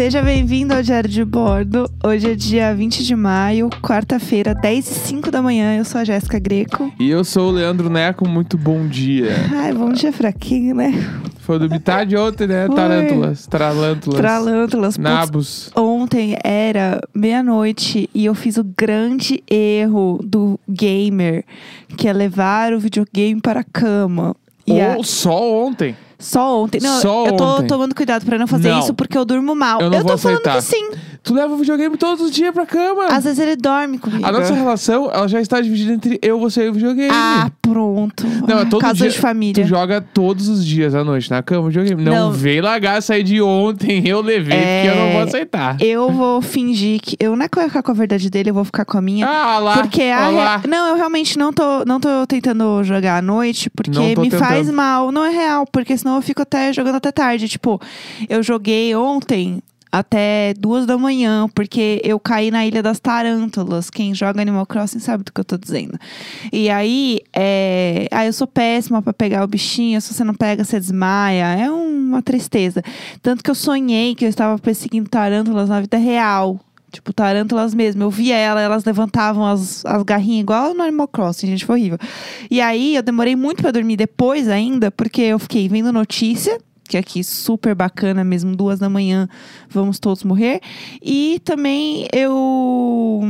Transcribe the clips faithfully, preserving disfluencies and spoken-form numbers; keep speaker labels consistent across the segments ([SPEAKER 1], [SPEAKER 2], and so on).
[SPEAKER 1] Seja bem-vindo ao Diário de Bordo. Hoje é dia vinte de maio, quarta-feira, dez e cinco da manhã. Eu sou a Jéssica Greco.
[SPEAKER 2] E eu sou o Leandro Neco, muito bom dia.
[SPEAKER 1] Ai, bom dia fraquinho, né?
[SPEAKER 2] Foi do metade ontem, né?
[SPEAKER 1] Foi.
[SPEAKER 2] Tarântulas, tarântulas.
[SPEAKER 1] Tarântulas.
[SPEAKER 2] Nabos.
[SPEAKER 1] Putz, ontem era meia-noite e eu fiz o grande erro do gamer, que é levar o videogame para a cama. E
[SPEAKER 2] Ou
[SPEAKER 1] a...
[SPEAKER 2] só ontem.
[SPEAKER 1] Só ontem. Não,
[SPEAKER 2] Só
[SPEAKER 1] eu tô
[SPEAKER 2] ontem.
[SPEAKER 1] tomando cuidado pra não fazer
[SPEAKER 2] Não.
[SPEAKER 1] isso porque eu durmo mal.
[SPEAKER 2] Eu não
[SPEAKER 1] eu
[SPEAKER 2] vou
[SPEAKER 1] tô falando
[SPEAKER 2] aceitar.
[SPEAKER 1] que sim.
[SPEAKER 2] Tu leva o videogame todos os dias pra cama.
[SPEAKER 1] Às vezes ele dorme comigo.
[SPEAKER 2] A nossa relação, ela já está dividida entre eu, você e o videogame.
[SPEAKER 1] Ah, pronto.
[SPEAKER 2] Não, é todo
[SPEAKER 1] Casa
[SPEAKER 2] dia.
[SPEAKER 1] de família.
[SPEAKER 2] Tu joga todos os dias à noite na cama, videogame. Não,
[SPEAKER 1] Não.
[SPEAKER 2] vem largar sair de ontem, eu levei,
[SPEAKER 1] É,
[SPEAKER 2] porque eu não vou aceitar.
[SPEAKER 1] Eu vou fingir que... Eu não é que eu vou ficar com a verdade dele, eu vou ficar com a minha.
[SPEAKER 2] Ah, lá,
[SPEAKER 1] Porque a...
[SPEAKER 2] lá.
[SPEAKER 1] re- Não, eu realmente não tô, não tô tentando jogar à noite, porque
[SPEAKER 2] Não tô
[SPEAKER 1] me
[SPEAKER 2] tentando.
[SPEAKER 1] faz mal. Não é real, porque senão eu fico até jogando até tarde. Tipo, eu joguei ontem até duas da manhã, porque eu caí na Ilha das Tarântulas. Quem joga Animal Crossing sabe do que eu tô dizendo. E aí, é... ah, eu sou péssima pra pegar o bichinho. Se você não pega, você desmaia. É uma tristeza. Tanto que eu sonhei que eu estava perseguindo tarântulas na vida real. Tipo, tarântulas mesmo. Eu via ela, elas levantavam as, as garrinhas igual no Animal Crossing, gente, foi horrível. E aí, eu demorei muito pra dormir depois ainda, porque eu fiquei vendo notícia, que aqui super bacana mesmo, duas da manhã, vamos todos morrer. E também eu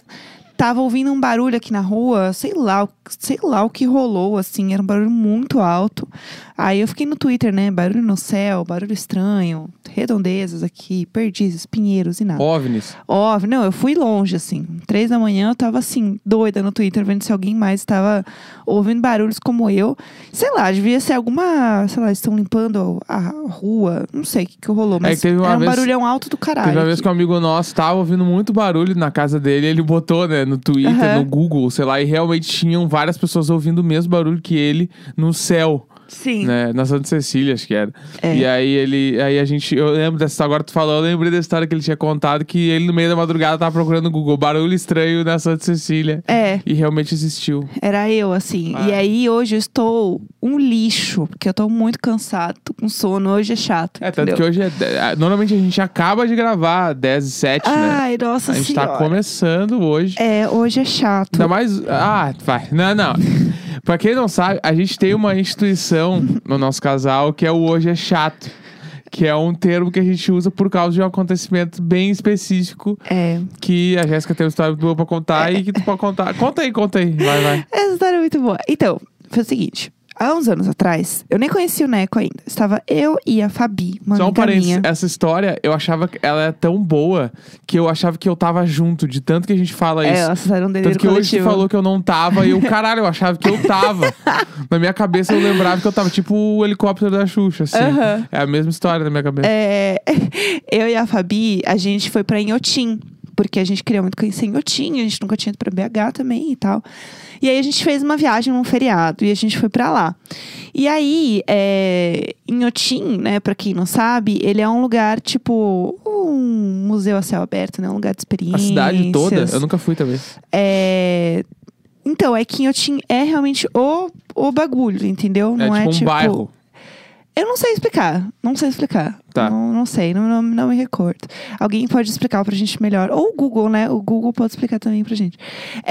[SPEAKER 1] tava ouvindo um barulho aqui na rua, sei lá, sei lá o que rolou, assim, era um barulho muito alto. Aí eu fiquei no Twitter, né, barulho no céu, barulho estranho, redondezas aqui, perdizes, pinheiros e nada.
[SPEAKER 2] OVNIs.
[SPEAKER 1] Óbvio, não, eu fui longe, assim. Três da manhã eu tava, assim, doida no Twitter, vendo se alguém mais estava ouvindo barulhos como eu. Sei lá, devia ser alguma, sei lá, estão limpando a rua, não sei o que que rolou,
[SPEAKER 2] É
[SPEAKER 1] mas
[SPEAKER 2] que teve uma
[SPEAKER 1] era um
[SPEAKER 2] vez-
[SPEAKER 1] barulhão alto do caralho.
[SPEAKER 2] Teve uma vez
[SPEAKER 1] aqui.
[SPEAKER 2] que um amigo nosso tava ouvindo muito barulho na casa dele, ele botou, né, no Twitter,
[SPEAKER 1] Aham.
[SPEAKER 2] no Google, sei lá, e realmente tinham várias pessoas ouvindo o mesmo barulho que ele no céu,
[SPEAKER 1] Sim.
[SPEAKER 2] né, na Santa Cecília, acho que era.
[SPEAKER 1] É.
[SPEAKER 2] E aí ele, aí a gente, eu lembro dessa, agora tu falou, eu lembrei da história que ele tinha contado, que ele no meio da madrugada tava procurando no Google, barulho estranho na Santa Cecília.
[SPEAKER 1] É,
[SPEAKER 2] E realmente existiu.
[SPEAKER 1] era eu, assim.
[SPEAKER 2] Ah.
[SPEAKER 1] E aí, hoje eu estou um lixo, porque eu tô muito cansado, tô com sono, hoje é chato,
[SPEAKER 2] É, tanto
[SPEAKER 1] entendeu?
[SPEAKER 2] que hoje é, é, normalmente a gente acaba de gravar dez e sete, né?
[SPEAKER 1] Ai, nossa
[SPEAKER 2] A gente
[SPEAKER 1] senhora.
[SPEAKER 2] tá começando hoje.
[SPEAKER 1] É, hoje é chato.
[SPEAKER 2] Ainda mais. Ah, vai. Não, não. Pra quem não sabe, a gente tem uma instituição no nosso casal que é o Hoje é Chato. Que é um termo que a gente usa por causa de um acontecimento bem específico.
[SPEAKER 1] É.
[SPEAKER 2] Que a Jéssica tem uma história muito boa pra contar e que tu pode contar. Conta aí, conta aí. Vai, vai.
[SPEAKER 1] Essa história é muito boa. Então, foi o seguinte. Há uns anos atrás, eu nem conhecia o Neco ainda. Estava eu e a Fabi, uma
[SPEAKER 2] Só um
[SPEAKER 1] amiga
[SPEAKER 2] parênteses.
[SPEAKER 1] minha.
[SPEAKER 2] Essa história, eu achava que ela é tão boa que eu achava que eu tava junto, de tanto que a gente fala
[SPEAKER 1] É,
[SPEAKER 2] isso.
[SPEAKER 1] nossa, era um delírio
[SPEAKER 2] Tanto que hoje tu
[SPEAKER 1] coletivo.
[SPEAKER 2] falou que eu não tava e eu, caralho, eu achava que eu tava. Na minha cabeça eu lembrava que eu tava tipo o helicóptero da Xuxa, assim.
[SPEAKER 1] Aham.
[SPEAKER 2] É a mesma história na minha cabeça.
[SPEAKER 1] É, eu e a Fabi, a gente foi pra Inhotim. Porque a gente queria muito conhecer Inhotim, a gente nunca tinha ido pra B H também e tal. E aí a gente fez uma viagem num feriado e a gente foi pra lá. E aí, é, Inhotim, né, pra quem não sabe, ele é um lugar tipo um museu a céu aberto, né, um lugar de
[SPEAKER 2] A
[SPEAKER 1] experiências.
[SPEAKER 2] cidade toda? Eu nunca fui também.
[SPEAKER 1] É... Então, é que Inhotim é realmente o, o bagulho, entendeu?
[SPEAKER 2] É
[SPEAKER 1] Não
[SPEAKER 2] tipo
[SPEAKER 1] é
[SPEAKER 2] um
[SPEAKER 1] tipo...
[SPEAKER 2] bairro.
[SPEAKER 1] Eu não sei explicar. Não sei explicar.
[SPEAKER 2] Tá.
[SPEAKER 1] Não, não sei, não, não, não me recordo. Alguém pode explicar pra gente melhor. Ou o Google, né? O Google pode explicar também pra gente.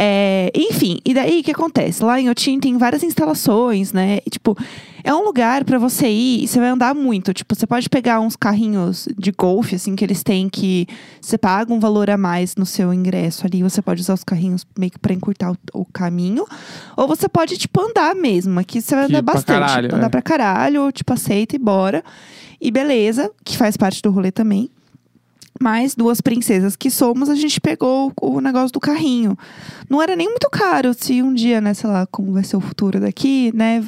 [SPEAKER 1] É, enfim, e daí o que acontece? Lá em Otim tem várias instalações, né? E, tipo, é um lugar pra você ir e você vai andar muito. Tipo, você pode pegar uns carrinhos de golfe, assim, que eles têm que... Você paga um valor a mais no seu ingresso ali. Você pode usar os carrinhos meio que pra encurtar o, o caminho. Ou você pode, tipo, andar mesmo. Aqui você vai
[SPEAKER 2] Que
[SPEAKER 1] andar
[SPEAKER 2] pra
[SPEAKER 1] bastante.
[SPEAKER 2] caralho,
[SPEAKER 1] andar
[SPEAKER 2] é.
[SPEAKER 1] pra caralho, tipo, aceita e bora. E beleza, que faz parte do rolê também. Mas duas princesas que somos, a gente pegou o, o negócio do carrinho. Não era nem muito caro. Se um dia, né, sei lá, como vai ser o futuro daqui, né...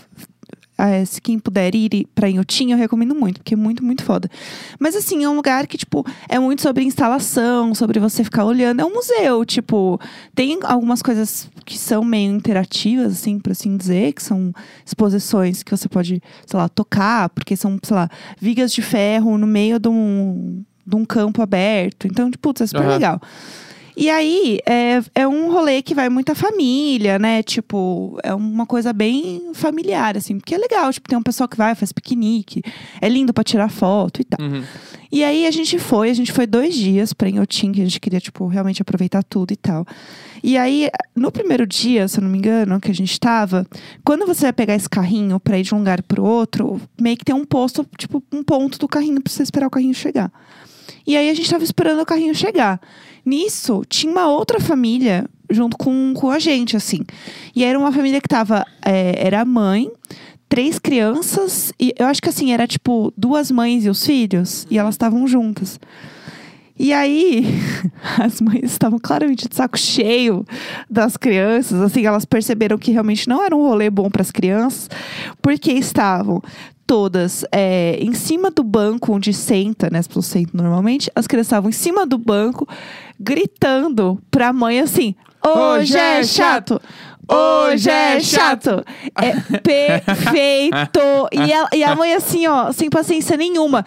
[SPEAKER 1] É, se quem puder ir pra Inhotim, eu recomendo muito, porque é muito, muito foda. Mas assim, é um lugar que, tipo, é muito sobre instalação, sobre você ficar olhando. É um museu, tipo, tem algumas coisas que são meio interativas, assim, por assim dizer, que são exposições que você pode, sei lá, tocar, porque são, sei lá, vigas de ferro no meio de um, de um campo aberto. Então, tipo, putz, é super
[SPEAKER 2] Uhum.
[SPEAKER 1] legal. E aí, é, é um rolê que vai muita família, né? Tipo, é uma coisa bem familiar, assim. Porque é legal, tipo, tem um pessoal que vai, faz piquenique. É lindo pra tirar foto e tal.
[SPEAKER 2] Uhum.
[SPEAKER 1] E aí, a gente foi. A gente foi dois dias pra Inhotim, que a gente queria, tipo, realmente aproveitar tudo e tal. E aí, no primeiro dia, se eu não me engano, que a gente tava... Quando você vai pegar esse carrinho pra ir de um lugar pro outro, meio que tem um posto, tipo, um ponto do carrinho pra você esperar o carrinho chegar. E aí, a gente tava esperando o carrinho chegar. Nisso, tinha uma outra família junto com, com a gente, assim. E era uma família que tava... É, era a mãe, três crianças... E eu acho que, assim, era, tipo, duas mães e os filhos. E elas estavam juntas. E aí, as mães estavam claramente de saco cheio das crianças. Assim, elas perceberam que realmente não era um rolê bom para as crianças. Porque estavam... todas é, em cima do banco onde senta, né? As pessoas sentam normalmente. As crianças estavam em cima do banco, gritando pra mãe assim: hoje é chato! Hoje é chato! É perfeito! E a, e a mãe assim, ó, sem paciência nenhuma.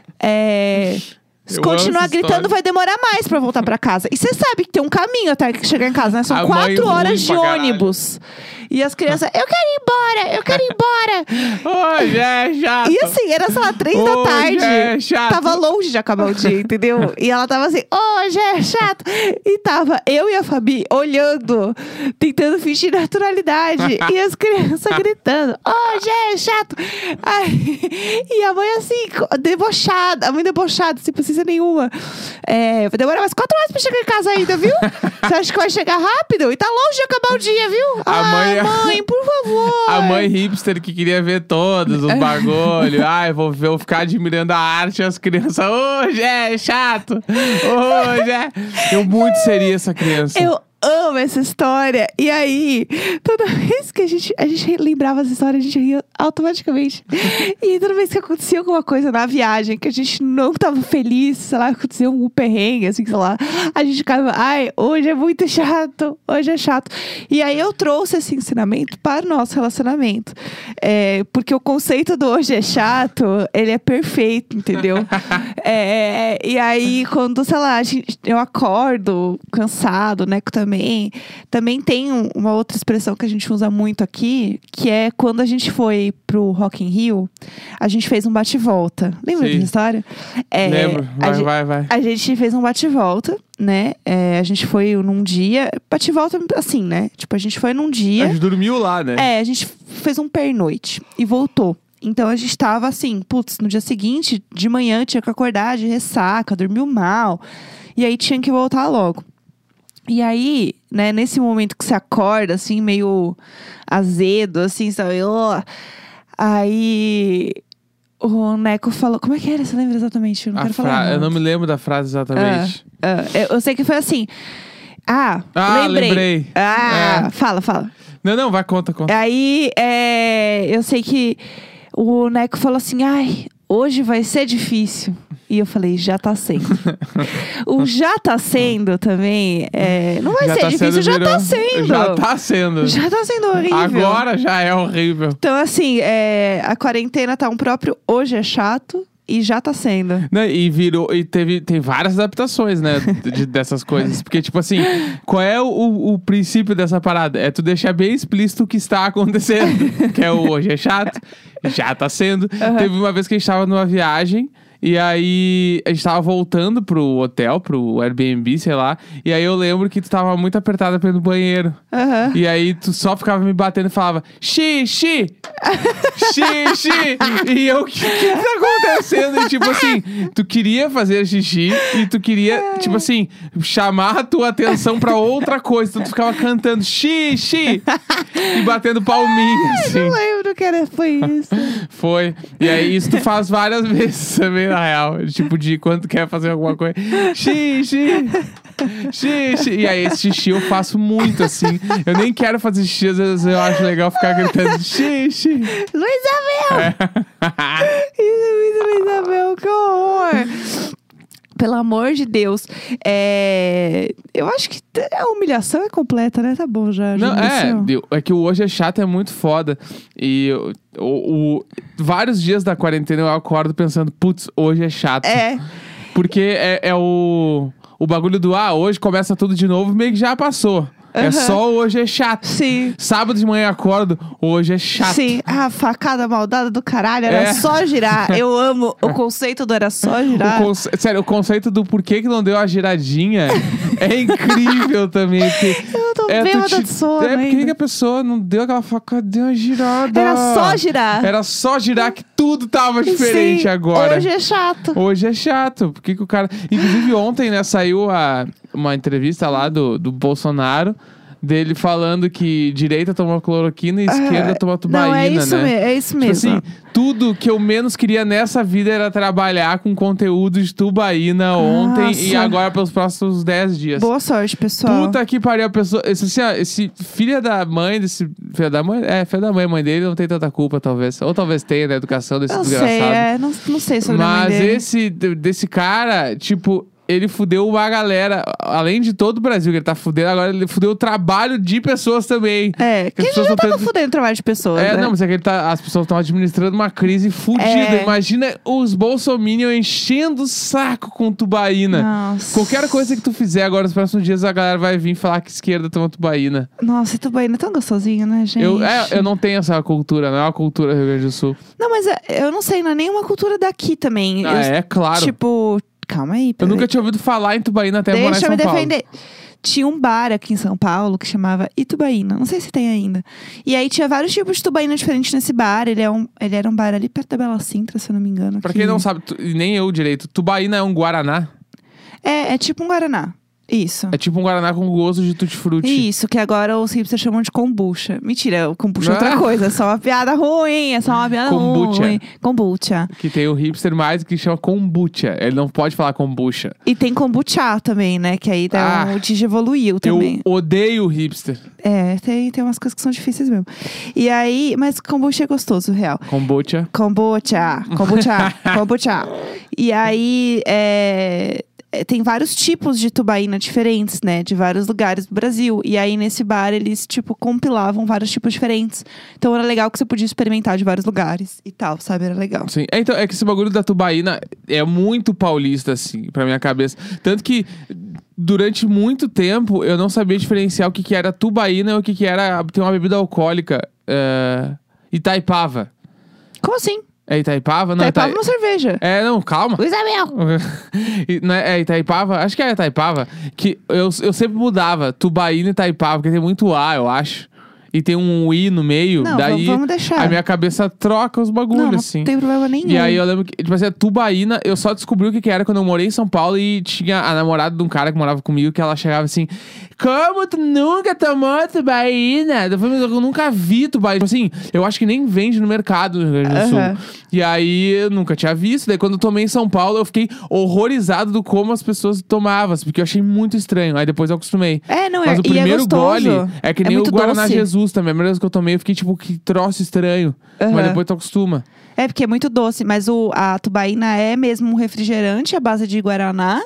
[SPEAKER 1] É... Se
[SPEAKER 2] Eu
[SPEAKER 1] continuar
[SPEAKER 2] amo essa
[SPEAKER 1] gritando,
[SPEAKER 2] história.
[SPEAKER 1] vai demorar mais pra voltar pra casa. E você sabe que tem um caminho até chegar em casa, né? São
[SPEAKER 2] A mãe
[SPEAKER 1] quatro
[SPEAKER 2] ruim
[SPEAKER 1] horas de
[SPEAKER 2] pra caralho.
[SPEAKER 1] ônibus. E as crianças, eu quero ir embora, eu quero ir embora.
[SPEAKER 2] Hoje é chato.
[SPEAKER 1] E assim, era, sei lá, três da
[SPEAKER 2] Hoje
[SPEAKER 1] tarde.
[SPEAKER 2] é chato.
[SPEAKER 1] Tava longe de acabar o dia, entendeu? E ela tava assim, hoje é chato. E tava eu e a Fabi olhando, tentando fingir naturalidade. E as crianças gritando, hoje é chato. Ai, e a mãe assim, debochada, a mãe debochada, sem paciência nenhuma. É, vai demorar mais quatro horas pra chegar em casa ainda, viu? Você acha que vai chegar rápido? E tá longe de acabar o dia, viu?
[SPEAKER 2] A
[SPEAKER 1] Ai,
[SPEAKER 2] mãe-
[SPEAKER 1] mãe, por favor.
[SPEAKER 2] A mãe hipster que queria ver todos os bagulho. Ai, vou, ver- vou ficar admirando a arte e as crianças. Hoje é chato. Hoje é. Eu muito seria essa criança.
[SPEAKER 1] Eu amo essa história. E aí, toda vez que a gente, a gente lembrava essa história, a gente ria automaticamente. E toda vez que acontecia alguma coisa na viagem, que a gente não tava feliz, sei lá, aconteceu um perrengue, assim, sei lá, a gente ficava, ai, hoje é muito chato, hoje é chato. E aí eu trouxe esse ensinamento para o nosso relacionamento. É, porque o conceito do hoje é chato, ele é perfeito, entendeu? É, e aí, quando, sei lá, a gente, eu acordo cansado, né, também. Também tem um- uma outra expressão que a gente usa muito aqui, que é quando a gente foi pro Rock in Rio, a gente fez um bate-volta. Lembra
[SPEAKER 2] Sim.
[SPEAKER 1] dessa história? É,
[SPEAKER 2] Lembro.
[SPEAKER 1] a
[SPEAKER 2] Vai,
[SPEAKER 1] gen-
[SPEAKER 2] vai, vai.
[SPEAKER 1] A gente fez um bate-volta, né? É, a gente foi num dia... Bate-volta, assim, né? Tipo, a gente foi num
[SPEAKER 2] A
[SPEAKER 1] dia...
[SPEAKER 2] gente dormiu lá, né?
[SPEAKER 1] É, a gente fez um pernoite e voltou. Então a gente tava assim, putz, no dia seguinte, de manhã, tinha que acordar de ressaca, dormiu mal. E aí tinha que voltar logo. E aí, né, nesse momento que você acorda, assim, meio azedo, assim, sabe? Ó, aí o Neco falou. Como é que era? Você lembra exatamente? Eu não
[SPEAKER 2] A
[SPEAKER 1] quero
[SPEAKER 2] fra-
[SPEAKER 1] falar.
[SPEAKER 2] Eu
[SPEAKER 1] errado.
[SPEAKER 2] não me lembro da frase exatamente.
[SPEAKER 1] Ah, eu- eu sei que foi assim. Ah,
[SPEAKER 2] Ah,
[SPEAKER 1] lembrei.
[SPEAKER 2] lembrei.
[SPEAKER 1] Ah,
[SPEAKER 2] É.
[SPEAKER 1] fala, fala.
[SPEAKER 2] Não, não, vai, conta, conta.
[SPEAKER 1] Aí, é, eu sei que o Neco falou assim, ai, hoje vai ser difícil. E eu falei, já tá sendo. O já tá sendo também, é, não vai
[SPEAKER 2] Já
[SPEAKER 1] ser
[SPEAKER 2] tá
[SPEAKER 1] difícil,
[SPEAKER 2] sendo,
[SPEAKER 1] já
[SPEAKER 2] virou-
[SPEAKER 1] tá sendo.
[SPEAKER 2] Já tá sendo.
[SPEAKER 1] Já tá sendo horrível.
[SPEAKER 2] Agora já é horrível.
[SPEAKER 1] Então, assim, é, a quarentena tá um próprio hoje é chato e já tá sendo.
[SPEAKER 2] Né, e virou, e teve, tem várias adaptações, né, de- dessas coisas. Porque, tipo assim, qual é o, o princípio dessa parada? É tu deixar bem explícito o que está acontecendo. Que é o hoje é chato, já tá sendo. Teve uma vez que a gente tava numa viagem. E aí, a gente tava voltando pro hotel, pro Airbnb, sei lá. E aí eu lembro que tu tava muito apertada pra ir no banheiro.
[SPEAKER 1] Aham.
[SPEAKER 2] E aí tu só ficava me batendo e falava xixi, xixi. E eu, o que, que tá acontecendo? E tipo assim, tu queria fazer xixi e tu queria, tipo assim, chamar a tua atenção pra outra coisa. Então tu ficava cantando xixi e batendo palminha, assim.
[SPEAKER 1] Não lembro que era, foi isso.
[SPEAKER 2] Foi. E aí isso tu faz várias vezes também, na real. Tipo, de quando tu quer fazer alguma coisa. Xixi! Xixi! E aí esse xixi eu faço muito, assim. Eu nem quero fazer xixi, às vezes eu acho legal ficar gritando xixi.
[SPEAKER 1] Luísa Mel!
[SPEAKER 2] É.
[SPEAKER 1] Isso é muito Luísa Mel, que horror! Pelo amor de Deus. É, eu acho que a humilhação é completa, né? Tá bom já. já
[SPEAKER 2] Não, é,
[SPEAKER 1] mereceu.
[SPEAKER 2] deu- é que o hoje é chato, é muito foda. E eu- o, o- vários dias da quarentena eu acordo pensando, putz, hoje é chato.
[SPEAKER 1] É.
[SPEAKER 2] Porque é, é o, o bagulho do, ah, hoje começa tudo de novo, meio que já passou. É
[SPEAKER 1] Aham.
[SPEAKER 2] só hoje é chato.
[SPEAKER 1] Sim.
[SPEAKER 2] Sábado de manhã acordo, hoje é chato.
[SPEAKER 1] Sim, a facada maldada do caralho, era
[SPEAKER 2] É.
[SPEAKER 1] só girar. Eu amo o conceito do era só
[SPEAKER 2] O
[SPEAKER 1] girar.
[SPEAKER 2] conce- Sério, o conceito do porquê que não deu a giradinha é incrível também. Porque
[SPEAKER 1] Eu tô
[SPEAKER 2] é,
[SPEAKER 1] bêbada
[SPEAKER 2] tu te-
[SPEAKER 1] de sono
[SPEAKER 2] É, por que
[SPEAKER 1] ainda.
[SPEAKER 2] que a pessoa não deu aquela facada, deu uma girada?
[SPEAKER 1] Era só girar.
[SPEAKER 2] Era só girar que tudo tava diferente
[SPEAKER 1] Sim,
[SPEAKER 2] agora.
[SPEAKER 1] Hoje é chato.
[SPEAKER 2] Hoje é chato. Por que que o cara... Inclusive ontem, né, saiu a, uma entrevista lá do, do Bolsonaro, dele falando que direita toma cloroquina e esquerda
[SPEAKER 1] Ah,
[SPEAKER 2] toma tubaína,
[SPEAKER 1] Não, é isso,
[SPEAKER 2] né?
[SPEAKER 1] me- é isso
[SPEAKER 2] Tipo
[SPEAKER 1] mesmo.
[SPEAKER 2] assim, tudo que eu menos queria nessa vida era trabalhar com conteúdo de tubaína ontem
[SPEAKER 1] Nossa.
[SPEAKER 2] e agora pelos próximos dez dias.
[SPEAKER 1] Boa sorte, pessoal.
[SPEAKER 2] Puta que pariu, a pessoa. Esse, assim, ó, esse filho da mãe desse. Filho da mãe? É, filho da mãe, mãe dele não tem tanta culpa, talvez. Ou talvez tenha na educação desse
[SPEAKER 1] Não
[SPEAKER 2] desgraçado.
[SPEAKER 1] sei, é, não, não sei sobre a mãe
[SPEAKER 2] Mas
[SPEAKER 1] dele.
[SPEAKER 2] esse de- desse cara, tipo, ele fudeu uma galera, além de todo o Brasil que ele tá fudendo, agora ele fudeu o trabalho de pessoas também.
[SPEAKER 1] É, que
[SPEAKER 2] as
[SPEAKER 1] ele
[SPEAKER 2] pessoas
[SPEAKER 1] já
[SPEAKER 2] tão
[SPEAKER 1] tava
[SPEAKER 2] tendo-
[SPEAKER 1] fudendo o trabalho de pessoas,
[SPEAKER 2] É,
[SPEAKER 1] né?
[SPEAKER 2] não, mas é que ele tá, as pessoas estão administrando uma crise fudida.
[SPEAKER 1] É.
[SPEAKER 2] Imagina os bolsominions enchendo o saco com tubaína.
[SPEAKER 1] Nossa.
[SPEAKER 2] Qualquer coisa que tu fizer agora nos próximos dias, a galera vai vir falar que esquerda toma tubaína.
[SPEAKER 1] Nossa, Itubaína é tão gostosinho, né, gente?
[SPEAKER 2] Eu, é, eu não tenho essa cultura, não é uma cultura do Rio Grande do Sul.
[SPEAKER 1] Não, mas é, eu não sei, não é nenhuma cultura daqui também.
[SPEAKER 2] Ah,
[SPEAKER 1] Eu-
[SPEAKER 2] é claro.
[SPEAKER 1] Tipo, calma aí.
[SPEAKER 2] eu
[SPEAKER 1] peraí.
[SPEAKER 2] nunca tinha ouvido falar em tubaína até morar em
[SPEAKER 1] Deixa
[SPEAKER 2] São
[SPEAKER 1] eu me
[SPEAKER 2] Paulo.
[SPEAKER 1] defender. Tinha um bar aqui em São Paulo que chamava Itubaína. Não sei se tem ainda. E aí tinha vários tipos de tubaína diferentes nesse bar. Ele, é um, ele era um bar ali perto da Bela Sintra, se eu não me engano.
[SPEAKER 2] Pra
[SPEAKER 1] que-
[SPEAKER 2] quem não sabe, tu- e nem eu direito, tubaína é um guaraná.
[SPEAKER 1] É, é tipo um Guaraná. Isso.
[SPEAKER 2] É tipo um guaraná com gosto de tutti-frutti.
[SPEAKER 1] Isso, que agora os hipsters chamam de kombucha. Mentira, o kombucha é outra
[SPEAKER 2] Ah.
[SPEAKER 1] coisa. É só uma piada ruim. É só uma piada
[SPEAKER 2] Kombucha.
[SPEAKER 1] ruim. Kombucha.
[SPEAKER 2] Que tem o hipster mais que chama kombucha. Ele não pode falar kombucha.
[SPEAKER 1] E tem kombucha também, né? Que aí dá
[SPEAKER 2] Ah.
[SPEAKER 1] um, o Digi evoluiu também.
[SPEAKER 2] Eu odeio hipster.
[SPEAKER 1] É, tem, tem umas coisas que são difíceis mesmo. E aí, mas kombucha é gostoso, real.
[SPEAKER 2] Kombucha.
[SPEAKER 1] Kombucha, kombucha, kombucha. E aí, é, é, tem vários tipos de tubaína diferentes, né? De vários lugares do Brasil. E aí, nesse bar, eles, tipo, compilavam vários tipos diferentes. Então, era legal que você podia experimentar de vários lugares e tal, sabe? Era legal.
[SPEAKER 2] Sim. É, então, é que esse bagulho da tubaína é muito paulista, assim, pra minha cabeça. Tanto que, durante muito tempo, eu não sabia diferenciar o que, que era tubaína e o que, que era ter uma bebida alcoólica. É... Itaipava.
[SPEAKER 1] Como assim?
[SPEAKER 2] É Itaipava? Não,
[SPEAKER 1] Taipava
[SPEAKER 2] Ita-
[SPEAKER 1] uma cerveja.
[SPEAKER 2] É, não, calma.
[SPEAKER 1] O Isabel.
[SPEAKER 2] E, né, é Itaipava? Acho que é Itaipava. Que eu, eu sempre mudava Tubaína e Itaipava, porque tem muito A, eu acho. E tem um I no meio.
[SPEAKER 1] Não,
[SPEAKER 2] daí
[SPEAKER 1] vamos deixar.
[SPEAKER 2] a minha cabeça troca os bagulhos,
[SPEAKER 1] Não, não
[SPEAKER 2] assim.
[SPEAKER 1] tem problema nenhum.
[SPEAKER 2] E aí eu lembro que, tipo assim, a tubaína, eu só descobri o que, que era quando eu morei em São Paulo e tinha a namorada de um cara que morava comigo, que ela chegava assim, como tu nunca tomou tubaína? Eu falei, mas eu nunca vi tubaína. Tipo assim, eu acho que nem vende no mercado no Rio Grande do Sul.
[SPEAKER 1] Aham.
[SPEAKER 2] E aí eu nunca tinha visto. Daí quando eu tomei em São Paulo, eu fiquei horrorizado do como as pessoas tomavam, assim, porque eu achei muito estranho. Aí depois eu acostumei.
[SPEAKER 1] É, não,
[SPEAKER 2] Mas
[SPEAKER 1] é,
[SPEAKER 2] o
[SPEAKER 1] e é
[SPEAKER 2] primeiro
[SPEAKER 1] gostoso.
[SPEAKER 2] gole é que
[SPEAKER 1] É
[SPEAKER 2] nem o
[SPEAKER 1] muito
[SPEAKER 2] Guaraná
[SPEAKER 1] doce.
[SPEAKER 2] Jesus também. A primeira vez que eu tomei, eu fiquei tipo, que troço estranho.
[SPEAKER 1] Aham.
[SPEAKER 2] Mas depois tu acostuma.
[SPEAKER 1] É, porque é muito doce, mas o, a tubaína é mesmo um refrigerante à base de guaraná,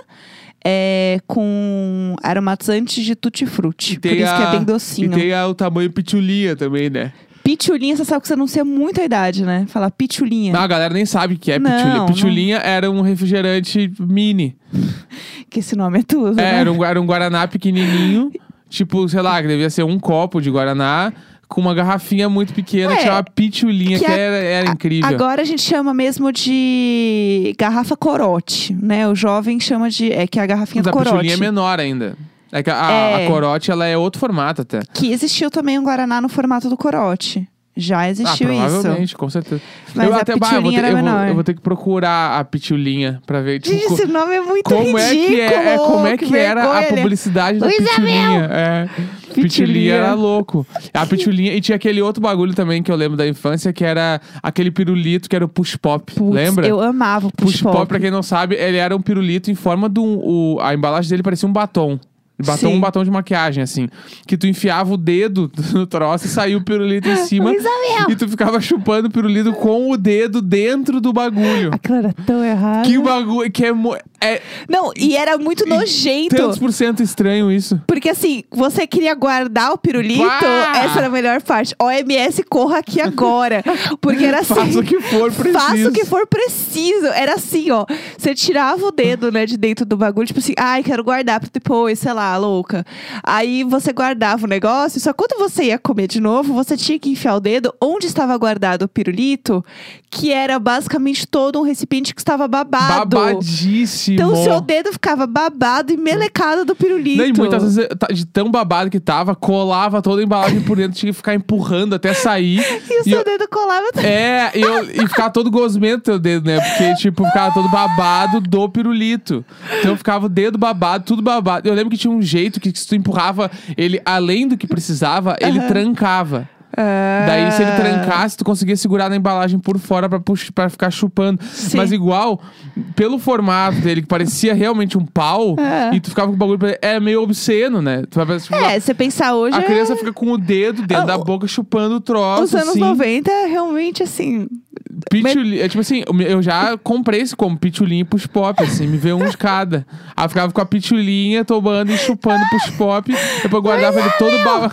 [SPEAKER 1] é, com aromatizantes de tutti-frutti.
[SPEAKER 2] E
[SPEAKER 1] Por
[SPEAKER 2] tem
[SPEAKER 1] isso que é
[SPEAKER 2] a-
[SPEAKER 1] bem docinho.
[SPEAKER 2] E tem a- o tamanho pitulinha também, né?
[SPEAKER 1] Pitulinha, você sabe que você anuncia muito a idade, né? Falar pitulinha.
[SPEAKER 2] Não, a galera nem sabe o que é
[SPEAKER 1] Não,
[SPEAKER 2] pitulinha.
[SPEAKER 1] não.
[SPEAKER 2] Pitulinha era um refrigerante mini.
[SPEAKER 1] Que esse nome é tudo,
[SPEAKER 2] É,
[SPEAKER 1] né?
[SPEAKER 2] era, um, era um Guaraná pequenininho. Tipo, sei lá, que devia ser um copo de Guaraná com uma garrafinha muito pequena
[SPEAKER 1] É,
[SPEAKER 2] que chamava pitulinha, que,
[SPEAKER 1] que a-
[SPEAKER 2] era, era incrível.
[SPEAKER 1] Agora a gente chama mesmo de garrafa corote, né? O jovem chama de... É que é a garrafinha
[SPEAKER 2] Mas
[SPEAKER 1] do
[SPEAKER 2] a
[SPEAKER 1] corote.
[SPEAKER 2] pitulinha é menor ainda. É que a,
[SPEAKER 1] É.
[SPEAKER 2] a corote, ela é outro formato até.
[SPEAKER 1] Que existiu também um guaraná no formato do corote. Já
[SPEAKER 2] Ah,
[SPEAKER 1] existiu
[SPEAKER 2] provavelmente,
[SPEAKER 1] isso.
[SPEAKER 2] com certeza.
[SPEAKER 1] Mas
[SPEAKER 2] eu
[SPEAKER 1] a
[SPEAKER 2] até bah, eu vou,
[SPEAKER 1] pitulinha
[SPEAKER 2] ter,
[SPEAKER 1] era
[SPEAKER 2] eu, vou,
[SPEAKER 1] menor.
[SPEAKER 2] eu vou ter que procurar a pitulinha pra ver. Tipo,
[SPEAKER 1] Gente,
[SPEAKER 2] co-
[SPEAKER 1] esse nome é muito
[SPEAKER 2] como é
[SPEAKER 1] ridículo.
[SPEAKER 2] que é, é, como é que, era a
[SPEAKER 1] vergonha.
[SPEAKER 2] publicidade da
[SPEAKER 1] Luísa
[SPEAKER 2] pitulinha? É, pitulinha
[SPEAKER 1] Pitulinha.
[SPEAKER 2] era louco. A pitulinha e tinha aquele outro bagulho também que eu lembro da infância, que era aquele pirulito que era o push pop,
[SPEAKER 1] Putz,
[SPEAKER 2] lembra?
[SPEAKER 1] Eu amava o push,
[SPEAKER 2] Push pop, pra quem não sabe, ele era um pirulito em forma de um, o, a embalagem dele parecia um batom. Batom,
[SPEAKER 1] Sim.
[SPEAKER 2] um batom de maquiagem, assim. Que tu enfiava o dedo no troço e saía o pirulito em cima.
[SPEAKER 1] Isabel.
[SPEAKER 2] E tu ficava chupando o pirulito com o dedo dentro do bagulho.
[SPEAKER 1] Aquilo era tão errado.
[SPEAKER 2] Que bagulho, que é, mo- É,
[SPEAKER 1] Não, e era muito nojento.
[SPEAKER 2] tantos por cento estranho isso.
[SPEAKER 1] Porque assim, você queria guardar o pirulito,
[SPEAKER 2] Bah!
[SPEAKER 1] essa era a melhor parte. O M S, corra aqui agora. Porque era assim.
[SPEAKER 2] Faça o que for preciso.
[SPEAKER 1] Faça o que for preciso. Era assim, ó. Você tirava o dedo, né, de dentro do bagulho, tipo assim, ai, quero guardar pra depois, sei lá, louca. Aí você guardava o negócio, só quando você ia comer de novo, você tinha que enfiar o dedo onde estava guardado o pirulito, que era basicamente todo um recipiente que estava babado.
[SPEAKER 2] Babadíssimo.
[SPEAKER 1] Então o seu dedo ficava babado e melecado do pirulito.
[SPEAKER 2] Não, e muitas vezes, tá- de tão babado que tava, colava toda a embalagem por dentro, tinha que ficar empurrando até sair.
[SPEAKER 1] E o
[SPEAKER 2] E
[SPEAKER 1] seu
[SPEAKER 2] eu-
[SPEAKER 1] dedo colava.
[SPEAKER 2] É, e, eu, e ficava todo gosmento teu dedo, né? Porque, tipo, ficava todo babado do pirulito. Então ficava o dedo babado, tudo babado. Eu lembro que tinha um jeito que se tu empurrava ele além do que precisava, ele
[SPEAKER 1] Aham.
[SPEAKER 2] trancava.
[SPEAKER 1] Ah.
[SPEAKER 2] Daí, se ele trancasse, tu conseguia segurar na embalagem por fora pra, pux- pra ficar chupando.
[SPEAKER 1] Sim.
[SPEAKER 2] Mas igual, pelo formato dele, que parecia realmente um pau,
[SPEAKER 1] É.
[SPEAKER 2] e tu ficava com o bagulho... pra- É meio obsceno, né? Tu vai, tipo,
[SPEAKER 1] É, você pensar hoje.
[SPEAKER 2] a
[SPEAKER 1] é-
[SPEAKER 2] criança fica com o dedo dentro
[SPEAKER 1] Ah,
[SPEAKER 2] da
[SPEAKER 1] o-
[SPEAKER 2] boca chupando o troço,
[SPEAKER 1] Os anos
[SPEAKER 2] assim.
[SPEAKER 1] noventa, realmente, assim.
[SPEAKER 2] Pituli, é tipo assim, eu já comprei esse como pitulinha e push pop, assim, me veio um de cada. Aí eu ficava com a pitulinha tomando e chupando push pop. Depois guardava ele todo babado.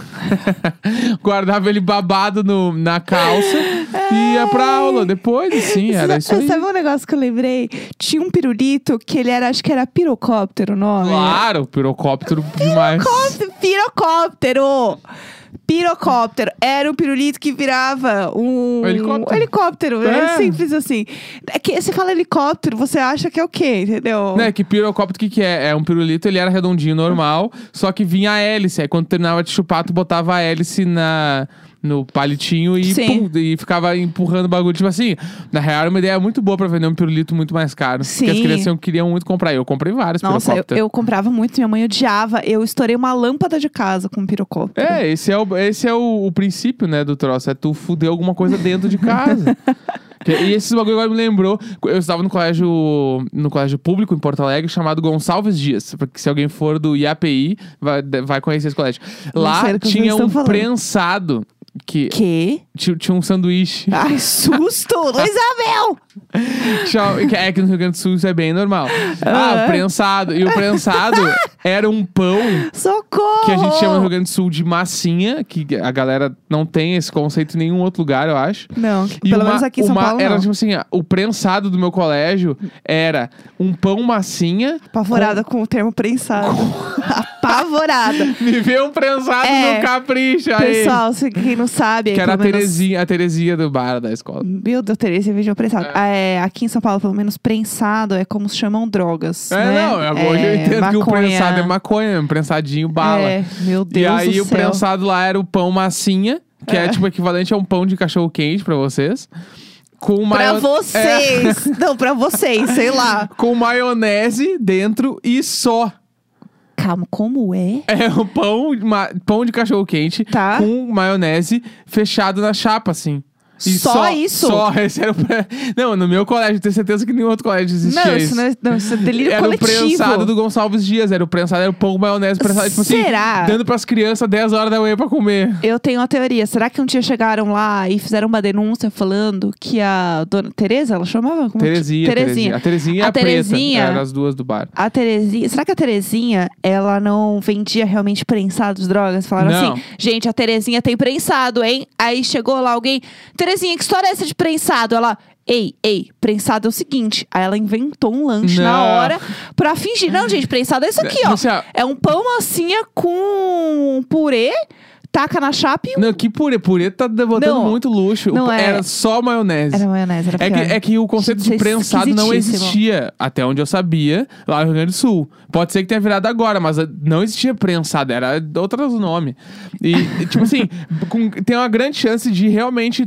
[SPEAKER 2] Guardava ele babado no, na calça e ia pra aula. Depois, assim, era isso aí.
[SPEAKER 1] Sabe um negócio que eu lembrei? Tinha um pirulito que ele era, acho que era pirocóptero o nome.
[SPEAKER 2] Claro, pirocóptero demais.
[SPEAKER 1] Pirocóptero! Pirocóptero! Pirocóptero. Era um pirulito que virava um...
[SPEAKER 2] Um helicóptero.
[SPEAKER 1] Um helicóptero. É.
[SPEAKER 2] É.
[SPEAKER 1] simples assim. É que você fala helicóptero, você acha que é o quê? Entendeu?
[SPEAKER 2] Né, que pirocóptero, o que que é? É um pirulito, ele era redondinho, normal, só que vinha a hélice. Aí quando terminava de chupar, tu botava a hélice na... no palitinho e,
[SPEAKER 1] Sim.
[SPEAKER 2] pum, e ficava empurrando o bagulho. Tipo assim, na real era uma ideia muito boa pra vender um pirulito muito mais caro.
[SPEAKER 1] Sim.
[SPEAKER 2] Porque as crianças queriam muito comprar. Eu comprei vários
[SPEAKER 1] Nossa, eu,
[SPEAKER 2] pirocópteros.
[SPEAKER 1] eu comprava muito, minha mãe odiava. Eu estourei uma lâmpada de casa com um pirocóptero.
[SPEAKER 2] É, esse é, o, esse é o, o princípio, né, do troço. É tu fuder alguma coisa dentro de casa. Que- E esse bagulho agora me lembrou. Eu estava no colégio, no colégio público em Porto Alegre, chamado Gonçalves Dias. Porque se alguém for do I A P I, vai, vai conhecer esse colégio.
[SPEAKER 1] Não
[SPEAKER 2] Lá
[SPEAKER 1] sei do que vocês
[SPEAKER 2] tinha
[SPEAKER 1] estão
[SPEAKER 2] um
[SPEAKER 1] falando.
[SPEAKER 2] prensado. Que
[SPEAKER 1] Que?
[SPEAKER 2] tinha, tinha um sanduíche.
[SPEAKER 1] Ai, susto! Isabel!
[SPEAKER 2] Tchau. Que é que no Rio Grande do Sul isso é bem normal. Ah,
[SPEAKER 1] Ah.
[SPEAKER 2] prensado. E o prensado era um pão
[SPEAKER 1] Socorro!
[SPEAKER 2] que a gente chama no Rio Grande do Sul de massinha, que a galera não tem esse conceito em nenhum outro lugar, eu acho.
[SPEAKER 1] Não,
[SPEAKER 2] E
[SPEAKER 1] pelo
[SPEAKER 2] uma-
[SPEAKER 1] menos aqui em São
[SPEAKER 2] uma-
[SPEAKER 1] Paulo
[SPEAKER 2] era
[SPEAKER 1] não.
[SPEAKER 2] tipo assim, o prensado do meu colégio era um pão massinha.
[SPEAKER 1] Apavorada com o termo prensado. Apavorada.
[SPEAKER 2] Me vê um prensado
[SPEAKER 1] É.
[SPEAKER 2] no capricho aí.
[SPEAKER 1] Pessoal, se quem não sabe...
[SPEAKER 2] Que era a
[SPEAKER 1] pelo menos-
[SPEAKER 2] Terezinha, a Terezinha do bar da escola.
[SPEAKER 1] Meu Deus, Tereza, vídeo prensado. É, aqui em São Paulo, pelo menos, prensado é como se chamam drogas.
[SPEAKER 2] É,
[SPEAKER 1] né?
[SPEAKER 2] não, hoje eu entendo que o
[SPEAKER 1] maconha.
[SPEAKER 2] prensado é maconha, um prensadinho bala.
[SPEAKER 1] É, meu Deus
[SPEAKER 2] E aí
[SPEAKER 1] do
[SPEAKER 2] o
[SPEAKER 1] céu.
[SPEAKER 2] prensado lá era o pão massinha, que é,
[SPEAKER 1] É.
[SPEAKER 2] tipo equivalente a um pão de cachorro quente pra vocês. Com
[SPEAKER 1] Pra
[SPEAKER 2] maio-
[SPEAKER 1] vocês! Não, pra vocês, sei lá.
[SPEAKER 2] É, com maionese dentro e só.
[SPEAKER 1] Calma, como é?
[SPEAKER 2] É um pão, ma- pão de cachorro quente
[SPEAKER 1] Tá.
[SPEAKER 2] com maionese fechado na chapa, assim. E
[SPEAKER 1] Só isso?
[SPEAKER 2] Só, esse era o pre- Não, no meu colégio, tenho certeza que nenhum outro colégio existia
[SPEAKER 1] Não,
[SPEAKER 2] isso.
[SPEAKER 1] isso não é, não, isso é delírio
[SPEAKER 2] Era
[SPEAKER 1] coletivo.
[SPEAKER 2] o prensado do Gonçalves Dias, era o prensado, era o pão com maionese prensado, tipo assim,
[SPEAKER 1] Será?
[SPEAKER 2] dando pras crianças dez horas da manhã pra comer.
[SPEAKER 1] Eu tenho uma teoria. Será que um dia chegaram lá e fizeram uma denúncia falando que a dona Tereza, ela chamava? Como
[SPEAKER 2] Terezinha, Terezinha. A Terezinha e
[SPEAKER 1] A
[SPEAKER 2] a,
[SPEAKER 1] Terezinha-
[SPEAKER 2] preta, eram as duas do bar.
[SPEAKER 1] A Terezinha, será que a Terezinha, ela não vendia realmente prensado de drogas? Falaram
[SPEAKER 2] Não.
[SPEAKER 1] assim, gente, a Terezinha tem prensado, hein? Aí chegou lá alguém, Terezinha, que história é essa de prensado? Ela, ei, ei, prensado é o seguinte. Aí ela inventou um lanche
[SPEAKER 2] Não.
[SPEAKER 1] na hora pra fingir. Não, gente, prensado é isso aqui, ó.
[SPEAKER 2] Assim, ó,
[SPEAKER 1] É um pão massinha com purê, taca na chapa e um...
[SPEAKER 2] Não, que purê. Purê tá botando
[SPEAKER 1] Não,
[SPEAKER 2] muito luxo.
[SPEAKER 1] não é.
[SPEAKER 2] Era só maionese.
[SPEAKER 1] Era maionese, era
[SPEAKER 2] É que,
[SPEAKER 1] pior.
[SPEAKER 2] é que o conceito
[SPEAKER 1] Isso
[SPEAKER 2] de
[SPEAKER 1] é
[SPEAKER 2] prensado não
[SPEAKER 1] esquisitíssimo.
[SPEAKER 2] existia, até onde eu sabia, lá no Rio Grande do Sul. Pode ser que tenha virado agora, mas eh, não existia prensado, era outro nome. E, e, tipo assim, com- tem uma grande chance de realmente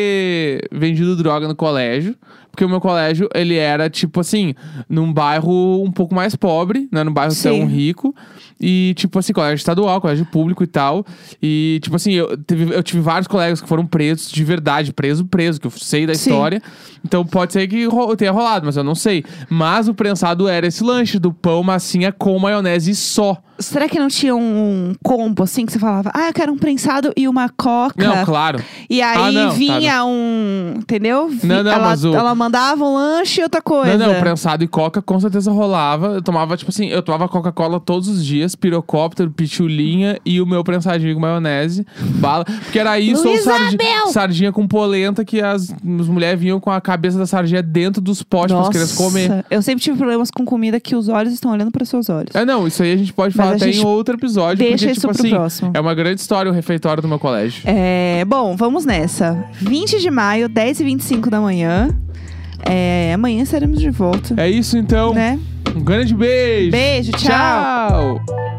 [SPEAKER 2] ter vendido droga no colégio. Porque o meu colégio, ele era, tipo assim, num bairro um pouco mais pobre, né? Num bairro
[SPEAKER 1] Sim.
[SPEAKER 2] tão rico. E, tipo assim, colégio estadual, colégio público e tal. E, tipo assim, eu, teve, eu tive vários colegas que foram presos de verdade, preso, preso, que eu sei da
[SPEAKER 1] Sim.
[SPEAKER 2] história. Então pode ser que ro- tenha rolado, mas eu não sei. Mas o prensado era esse lanche do pão massinha com maionese só.
[SPEAKER 1] será que não tinha um combo assim que você falava, ah, eu quero um prensado e uma coca?
[SPEAKER 2] Não, claro.
[SPEAKER 1] E aí
[SPEAKER 2] Ah, não,
[SPEAKER 1] vinha
[SPEAKER 2] tá.
[SPEAKER 1] um. Entendeu? Vi-
[SPEAKER 2] Não, não,
[SPEAKER 1] ela,
[SPEAKER 2] mas o-
[SPEAKER 1] ela mandava um lanche e outra coisa.
[SPEAKER 2] Não, não, prensado e coca com certeza rolava. Eu tomava, tipo assim, eu tomava Coca-Cola todos os dias, pirocóptero, pitulinha e o meu prensadinho com maionese, bala. Porque era isso ou
[SPEAKER 1] Luísa
[SPEAKER 2] sardi-
[SPEAKER 1] Abel!
[SPEAKER 2] sardinha com polenta que as, as mulheres vinham com a cabeça da sardinha dentro dos potes para as crianças comer.
[SPEAKER 1] Eu sempre tive problemas com comida que os olhos estão olhando para seus olhos.
[SPEAKER 2] É, não, isso aí a gente pode
[SPEAKER 1] Mas
[SPEAKER 2] falar
[SPEAKER 1] a
[SPEAKER 2] até
[SPEAKER 1] gente
[SPEAKER 2] em outro episódio.
[SPEAKER 1] deixa
[SPEAKER 2] porque,
[SPEAKER 1] isso
[SPEAKER 2] tipo
[SPEAKER 1] pro
[SPEAKER 2] assim,
[SPEAKER 1] próximo.
[SPEAKER 2] é uma grande história o refeitório do meu colégio.
[SPEAKER 1] É, bom, vamos nessa. vinte de maio, dez e vinte e cinco da manhã. É, amanhã estaremos de volta.
[SPEAKER 2] É isso então.
[SPEAKER 1] Né?
[SPEAKER 2] Um grande beijo.
[SPEAKER 1] Beijo, tchau.
[SPEAKER 2] Tchau.